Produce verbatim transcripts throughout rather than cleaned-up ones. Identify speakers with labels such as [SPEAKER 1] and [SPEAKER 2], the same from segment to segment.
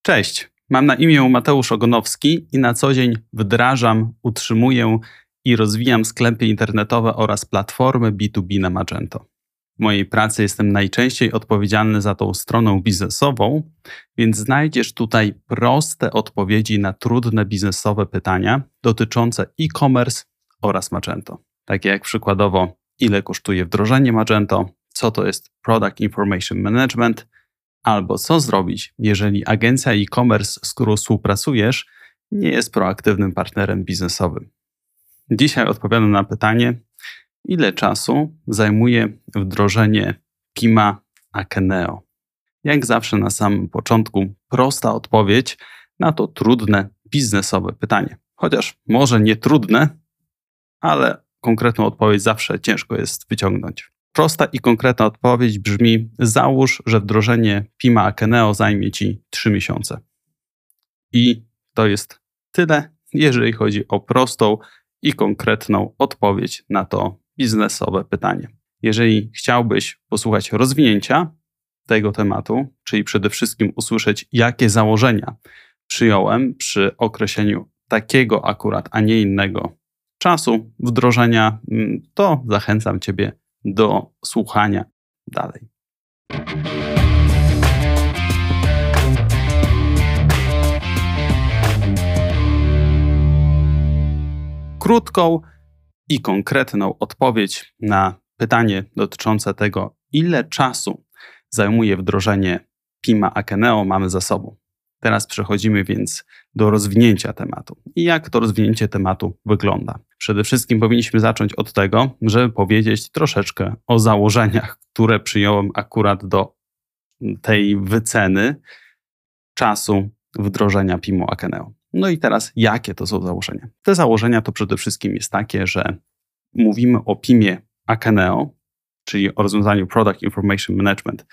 [SPEAKER 1] Cześć, mam na imię Mateusz Ogonowski i na co dzień wdrażam, utrzymuję i rozwijam sklepy internetowe oraz platformy B dwa B na Magento. W mojej pracy jestem najczęściej odpowiedzialny za tą stronę biznesową, więc znajdziesz tutaj proste odpowiedzi na trudne biznesowe pytania dotyczące e-commerce oraz Magento. Takie jak przykładowo, ile kosztuje wdrożenie Magento, co to jest Product Information Management, albo co zrobić, jeżeli agencja e-commerce, z którą współpracujesz, nie jest proaktywnym partnerem biznesowym. Dzisiaj odpowiadam na pytanie, ile czasu zajmuje wdrożenie Pima Akeneo. Jak zawsze na samym początku prosta odpowiedź na to trudne biznesowe pytanie. Chociaż może nie trudne, ale konkretną odpowiedź zawsze ciężko jest wyciągnąć. Prosta i konkretna odpowiedź brzmi: załóż, że wdrożenie Pima Akeneo zajmie Ci trzy miesiące. I to jest tyle, jeżeli chodzi o prostą i konkretną odpowiedź na to biznesowe pytanie. Jeżeli chciałbyś posłuchać rozwinięcia tego tematu, czyli przede wszystkim usłyszeć, jakie założenia przyjąłem przy określeniu takiego akurat, a nie innego czasu wdrożenia, to zachęcam Ciebie do słuchania dalej. Krótką i konkretną odpowiedź na pytanie dotyczące tego, ile czasu zajmuje wdrożenie Pima Akeneo, mamy za sobą. Teraz przechodzimy więc do rozwinięcia tematu. I jak to rozwinięcie tematu wygląda? Przede wszystkim powinniśmy zacząć od tego, żeby powiedzieć troszeczkę o założeniach, które przyjąłem akurat do tej wyceny czasu wdrożenia Pimu Akeneo. No i teraz, jakie to są założenia? Te założenia to przede wszystkim jest takie, że mówimy o Pimie Akeneo, czyli o rozwiązaniu Product Information Management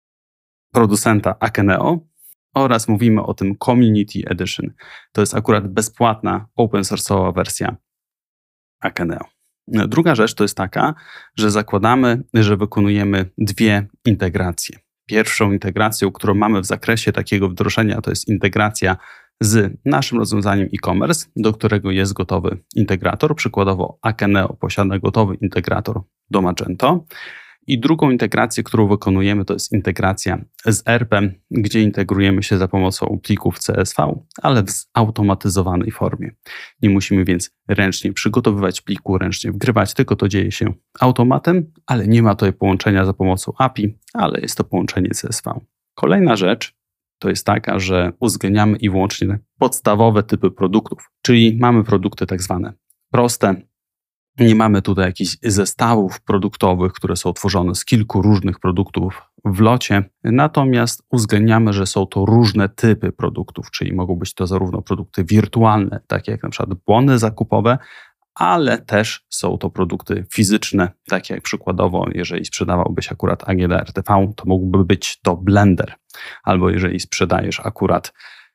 [SPEAKER 1] producenta Akeneo, oraz mówimy o tym Community Edition. To jest akurat bezpłatna, open source'owa wersja Akeneo. Druga rzecz to jest taka, że zakładamy, że wykonujemy dwie integracje. Pierwszą integracją, którą mamy w zakresie takiego wdrożenia, to jest integracja z naszym rozwiązaniem e-commerce, do którego jest gotowy integrator. Przykładowo Akeneo posiada gotowy integrator do Magento. I drugą integrację, którą wykonujemy, to jest integracja z E R P-em, gdzie integrujemy się za pomocą plików C S V, ale w zautomatyzowanej formie. Nie musimy więc ręcznie przygotowywać pliku, ręcznie wgrywać, tylko to dzieje się automatem, ale nie ma tutaj połączenia za pomocą A P I, ale jest to połączenie C S V. Kolejna rzecz to jest taka, że uwzględniamy i wyłącznie podstawowe typy produktów, czyli mamy produkty tak zwane proste. Nie mamy tutaj jakichś zestawów produktowych, które są tworzone z kilku różnych produktów w locie, natomiast uwzględniamy, że są to różne typy produktów, czyli mogą być to zarówno produkty wirtualne, takie jak na przykład bony zakupowe, ale też są to produkty fizyczne, takie jak przykładowo, jeżeli sprzedawałbyś akurat A G D R T V, to mógłby być to blender, albo jeżeli sprzedajesz akurat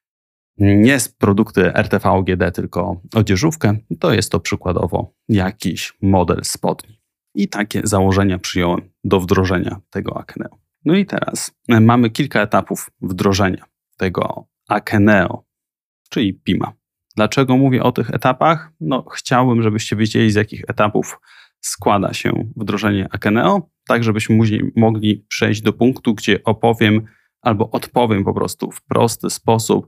[SPEAKER 1] nie z produkty R T V O G D, tylko odzieżówkę, to jest to przykładowo jakiś model spodni. I takie założenia przyjąłem do wdrożenia tego Akeneo. No i teraz mamy kilka etapów wdrożenia tego Akeneo, czyli Pima. Dlaczego mówię o tych etapach? No, chciałbym, żebyście wiedzieli, z jakich etapów składa się wdrożenie Akeneo, tak żebyśmy później mogli przejść do punktu, gdzie opowiem albo odpowiem po prostu w prosty sposób,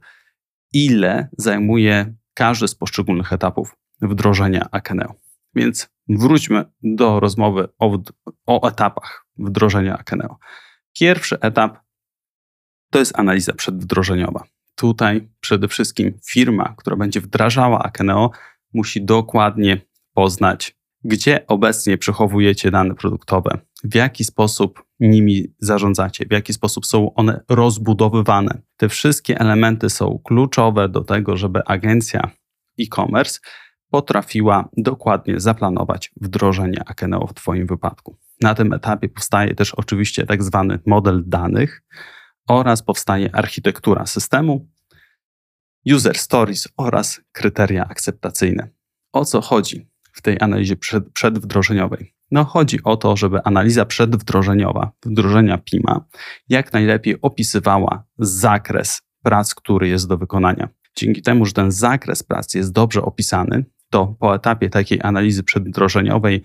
[SPEAKER 1] ile zajmuje każdy z poszczególnych etapów wdrożenia Akeneo. Więc wróćmy do rozmowy o, o etapach wdrożenia Akeneo. Pierwszy etap to jest analiza przedwdrożeniowa. Tutaj przede wszystkim firma, która będzie wdrażała Akeneo, musi dokładnie poznać, gdzie obecnie przechowujecie dane produktowe, w jaki sposób nimi zarządzacie, w jaki sposób są one rozbudowywane. Te wszystkie elementy są kluczowe do tego, żeby agencja e-commerce potrafiła dokładnie zaplanować wdrożenie Akeneo w Twoim wypadku. Na tym etapie powstaje też oczywiście tak zwany model danych oraz powstaje architektura systemu, user stories oraz kryteria akceptacyjne. O co chodzi w tej analizie przed, przedwdrożeniowej? No chodzi o to, żeby analiza przedwdrożeniowa wdrożenia Pima jak najlepiej opisywała zakres prac, który jest do wykonania. Dzięki temu, że ten zakres pracy jest dobrze opisany, to po etapie takiej analizy przedwdrożeniowej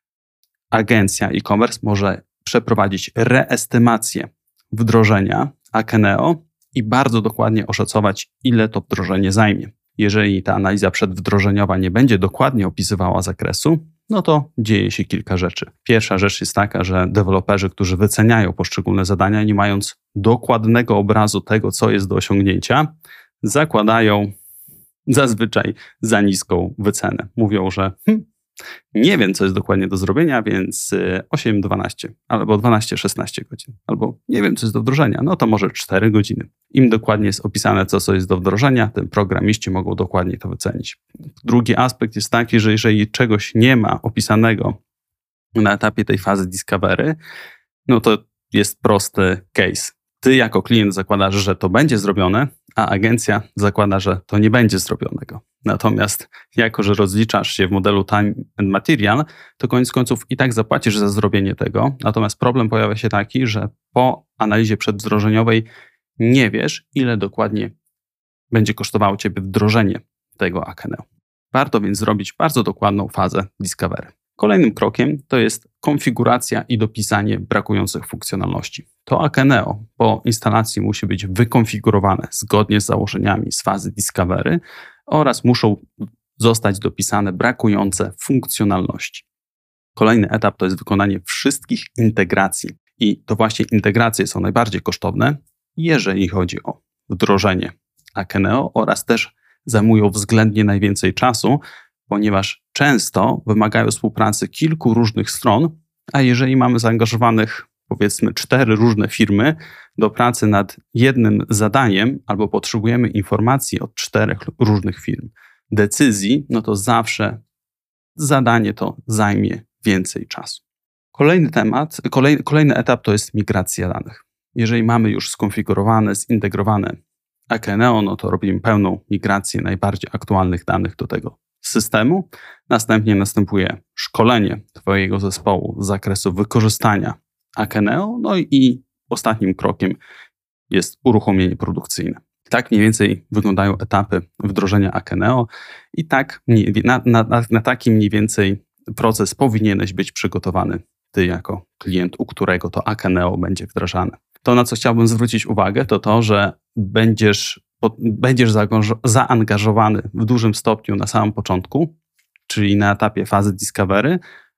[SPEAKER 1] agencja e-commerce może przeprowadzić reestymację wdrożenia Akeneo i bardzo dokładnie oszacować, ile to wdrożenie zajmie. Jeżeli ta analiza przedwdrożeniowa nie będzie dokładnie opisywała zakresu, no to dzieje się kilka rzeczy. Pierwsza rzecz jest taka, że deweloperzy, którzy wyceniają poszczególne zadania, nie mając dokładnego obrazu tego, co jest do osiągnięcia, zakładają zazwyczaj za niską wycenę. Mówią, że hm, nie wiem, co jest dokładnie do zrobienia, więc osiem dwanaście albo dwanaście szesnaście godzin. Albo nie wiem, co jest do wdrożenia, no to może cztery godziny. Im dokładnie jest opisane, co, co jest do wdrożenia, tym programiści mogą dokładnie to wycenić. Drugi aspekt jest taki, że jeżeli czegoś nie ma opisanego na etapie tej fazy discovery, no to jest prosty case. Ty jako klient zakładasz, że to będzie zrobione, a agencja zakłada, że to nie będzie zrobionego. Natomiast jako, że rozliczasz się w modelu time and material, to koniec końców i tak zapłacisz za zrobienie tego. Natomiast problem pojawia się taki, że po analizie przedwdrożeniowej nie wiesz, ile dokładnie będzie kosztowało Ciebie wdrożenie tego Akeneo. Warto więc zrobić bardzo dokładną fazę discovery. Kolejnym krokiem to jest konfiguracja i dopisanie brakujących funkcjonalności. To Akeneo po instalacji musi być wykonfigurowane zgodnie z założeniami z fazy discovery oraz muszą zostać dopisane brakujące funkcjonalności. Kolejny etap to jest wykonanie wszystkich integracji i to właśnie integracje są najbardziej kosztowne, jeżeli chodzi o wdrożenie Akeneo oraz też zajmują względnie najwięcej czasu, ponieważ często wymagają współpracy kilku różnych stron, a jeżeli mamy zaangażowanych powiedzmy cztery różne firmy do pracy nad jednym zadaniem albo potrzebujemy informacji od czterech różnych firm, decyzji, no to zawsze zadanie to zajmie więcej czasu. Kolejny temat, kolej, kolejny etap to jest migracja danych. Jeżeli mamy już skonfigurowane, zintegrowane Akeneo, no to robimy pełną migrację najbardziej aktualnych danych do tego systemu. Następnie następuje szkolenie Twojego zespołu z zakresu wykorzystania Akeneo, no i ostatnim krokiem jest uruchomienie produkcyjne. Tak mniej więcej wyglądają etapy wdrożenia Akeneo i tak na, na, na, na taki mniej więcej proces powinieneś być przygotowany Ty jako klient, u którego to Akeneo będzie wdrażane. To, na co chciałbym zwrócić uwagę, to to, że będziesz, będziesz zaangażowany w dużym stopniu na samym początku, czyli na etapie fazy discovery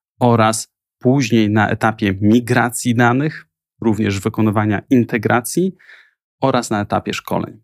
[SPEAKER 1] oraz później na etapie migracji danych, również wykonywania integracji oraz na etapie szkoleń.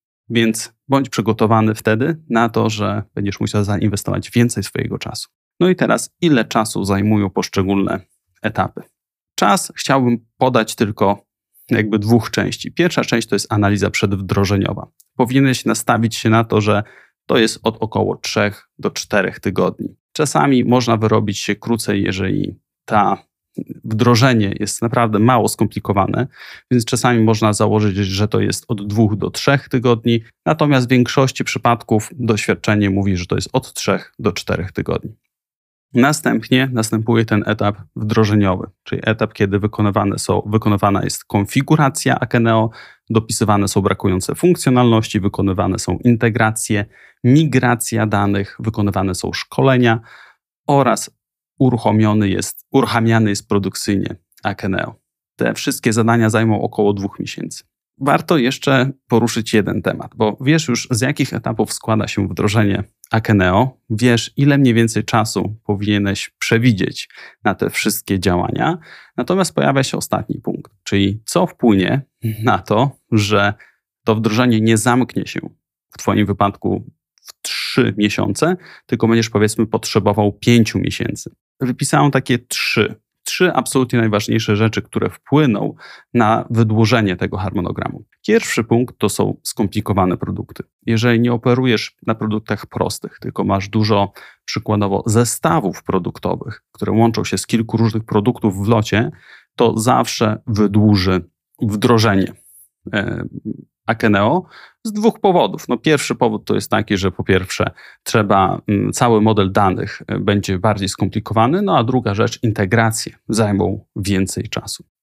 [SPEAKER 1] Więc bądź przygotowany wtedy na to, że będziesz musiał zainwestować więcej swojego czasu. No i teraz, ile czasu zajmują poszczególne etapy? Czas chciałbym podać tylko jakby dwóch części. Pierwsza część to jest analiza przedwdrożeniowa. Powinieneś nastawić się na to, że to jest od około trzech do czterech tygodni. Czasami można wyrobić się krócej, jeżeli ta wdrożenie jest naprawdę mało skomplikowane, więc czasami można założyć, że to jest od dwóch do trzech tygodni, natomiast w większości przypadków doświadczenie mówi, że to jest od trzech do czterech tygodni. Następnie następuje ten etap wdrożeniowy, czyli etap, kiedy wykonywane są, wykonywana jest konfiguracja Akeneo, dopisywane są brakujące funkcjonalności, wykonywane są integracje, migracja danych, wykonywane są szkolenia oraz uruchomiony jest, uruchamiany jest produkcyjnie Akeneo. Te wszystkie zadania zajmą około dwóch miesięcy. Warto jeszcze poruszyć jeden temat, bo wiesz już, z jakich etapów składa się wdrożenie Akeneo, wiesz, ile mniej więcej czasu powinieneś przewidzieć na te wszystkie działania, natomiast pojawia się ostatni punkt, czyli co wpłynie na to, że to wdrożenie nie zamknie się w Twoim wypadku w trzy miesiące, tylko będziesz powiedzmy potrzebował pięciu miesięcy. Wypisałem takie trzy. Trzy absolutnie najważniejsze rzeczy, które wpłyną na wydłużenie tego harmonogramu. Pierwszy punkt to są skomplikowane produkty. Jeżeli nie operujesz na produktach prostych, tylko masz dużo przykładowo zestawów produktowych, które łączą się z kilku różnych produktów w locie, to zawsze wydłuży wdrożenie e, Akeneo z dwóch powodów. No, pierwszy powód to jest taki, że po pierwsze trzeba, cały model danych będzie bardziej skomplikowany, no a druga rzecz, integracje zajmą więcej czasu.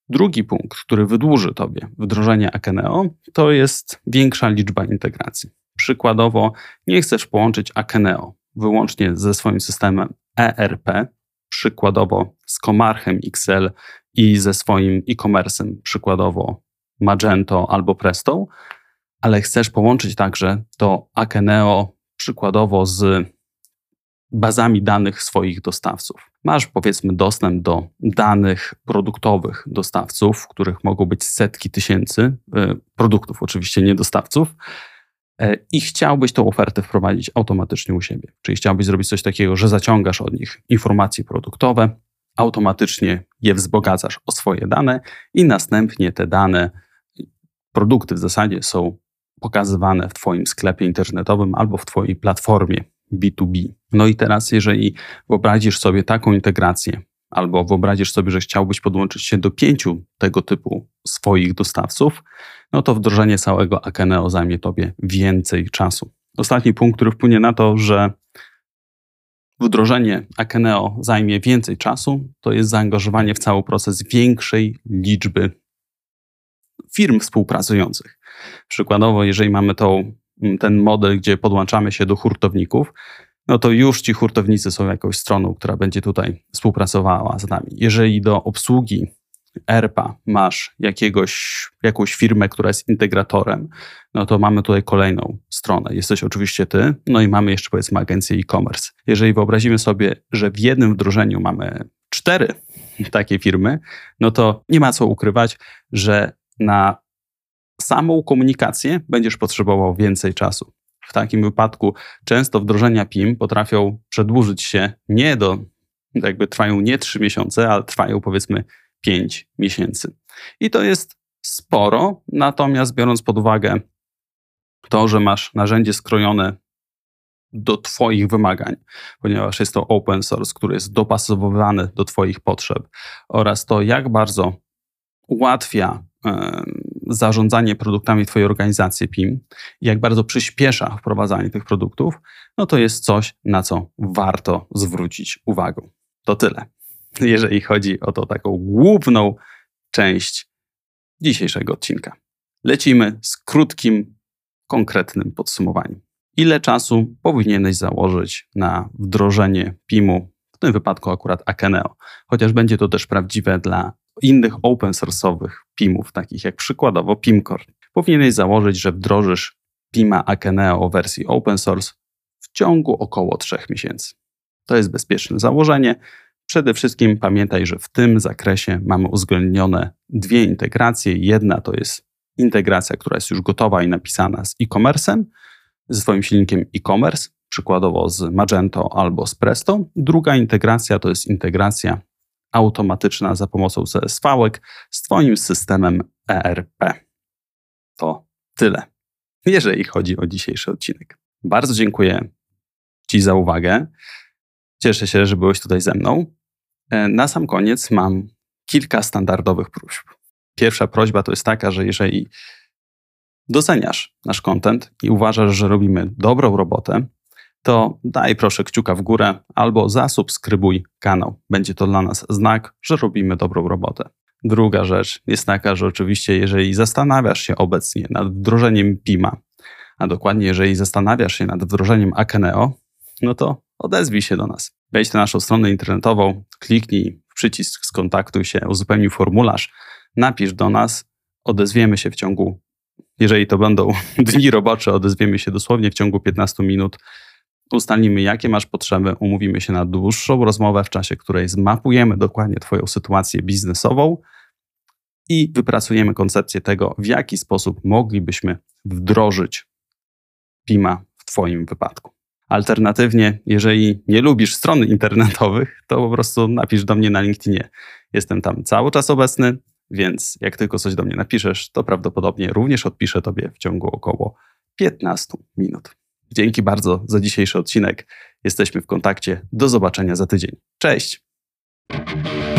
[SPEAKER 1] Drugi punkt, który wydłuży Tobie wdrożenie Akeneo, to jest większa liczba integracji. Przykładowo, nie chcesz połączyć Akeneo wyłącznie ze swoim systemem E R P, przykładowo z Comarchem X L i ze swoim e-commerce'em, przykładowo Magento albo Presto, ale chcesz połączyć także to Akeneo przykładowo z bazami danych swoich dostawców. Masz powiedzmy dostęp do danych produktowych dostawców, których mogą być setki tysięcy y, produktów, oczywiście nie dostawców, y, i chciałbyś tą ofertę wprowadzić automatycznie u siebie. Czyli chciałbyś zrobić coś takiego, że zaciągasz od nich informacje produktowe, automatycznie je wzbogacasz o swoje dane i następnie te dane, produkty w zasadzie są pokazywane w Twoim sklepie internetowym albo w Twojej platformie B dwa B. No i teraz, jeżeli wyobrazisz sobie taką integrację, albo wyobrazisz sobie, że chciałbyś podłączyć się do pięciu tego typu swoich dostawców, no to wdrożenie całego Akeneo zajmie Tobie więcej czasu. Ostatni punkt, który wpłynie na to, że wdrożenie Akeneo zajmie więcej czasu, to jest zaangażowanie w cały proces większej liczby firm współpracujących. Przykładowo, jeżeli mamy tą, ten model, gdzie podłączamy się do hurtowników, no to już ci hurtownicy są jakąś stroną, która będzie tutaj współpracowała z nami. Jeżeli do obsługi E R P a masz jakiegoś, jakąś firmę, która jest integratorem, no to mamy tutaj kolejną stronę. Jesteś oczywiście ty, no i mamy jeszcze powiedzmy agencję e-commerce. Jeżeli wyobrazimy sobie, że w jednym wdrożeniu mamy cztery takie firmy, no to nie ma co ukrywać, że na samą komunikację będziesz potrzebował więcej czasu. W takim wypadku często wdrożenia P I M potrafią przedłużyć się nie do, jakby trwają nie trzy miesiące, ale trwają powiedzmy pięć miesięcy. I to jest sporo, natomiast biorąc pod uwagę to, że masz narzędzie skrojone do Twoich wymagań, ponieważ jest to open source, który jest dopasowywany do Twoich potrzeb oraz to, jak bardzo ułatwia e, zarządzanie produktami Twojej organizacji P I M, jak bardzo przyspiesza wprowadzanie tych produktów, no to jest coś, na co warto zwrócić uwagę. To tyle, jeżeli chodzi o to taką główną część dzisiejszego odcinka. Lecimy z krótkim, konkretnym podsumowaniem. Ile czasu powinieneś założyć na wdrożenie P I M u, w tym wypadku akurat Akeneo, chociaż będzie to też prawdziwe dla innych open source'owych P I M ów, takich jak przykładowo P I M Core. Powinieneś założyć, że wdrożysz P I M a Akeneo w wersji open source w ciągu około trzech miesięcy. To jest bezpieczne założenie. Przede wszystkim pamiętaj, że w tym zakresie mamy uwzględnione dwie integracje. Jedna to jest integracja, która jest już gotowa i napisana z e-commerce'em, ze swoim silnikiem e-commerce, przykładowo z Magento albo z Presto. Druga integracja to jest integracja automatyczna za pomocą C S V-ek z Twoim systemem E R P. To tyle, jeżeli chodzi o dzisiejszy odcinek. Bardzo dziękuję Ci za uwagę. Cieszę się, że byłeś tutaj ze mną. Na sam koniec mam kilka standardowych próśb. Pierwsza prośba to jest taka, że jeżeli doceniasz nasz content i uważasz, że robimy dobrą robotę, to daj proszę kciuka w górę albo zasubskrybuj kanał. Będzie to dla nas znak, że robimy dobrą robotę. Druga rzecz jest taka, że oczywiście jeżeli zastanawiasz się obecnie nad wdrożeniem P I M a, a dokładnie jeżeli zastanawiasz się nad wdrożeniem Akeneo, no to odezwij się do nas. Wejdź na naszą stronę internetową, kliknij w przycisk skontaktuj się, uzupełnij formularz, napisz do nas, odezwiemy się w ciągu, jeżeli to będą dni robocze, odezwiemy się dosłownie w ciągu piętnastu minut. Ustalimy, jakie masz potrzeby, umówimy się na dłuższą rozmowę, w czasie której zmapujemy dokładnie Twoją sytuację biznesową i wypracujemy koncepcję tego, w jaki sposób moglibyśmy wdrożyć P I M a w Twoim wypadku. Alternatywnie, jeżeli nie lubisz stron internetowych, to po prostu napisz do mnie na LinkedInie. Jestem tam cały czas obecny, więc jak tylko coś do mnie napiszesz, to prawdopodobnie również odpiszę Tobie w ciągu około piętnastu minut. Dzięki bardzo za dzisiejszy odcinek. Jesteśmy w kontakcie. Do zobaczenia za tydzień. Cześć!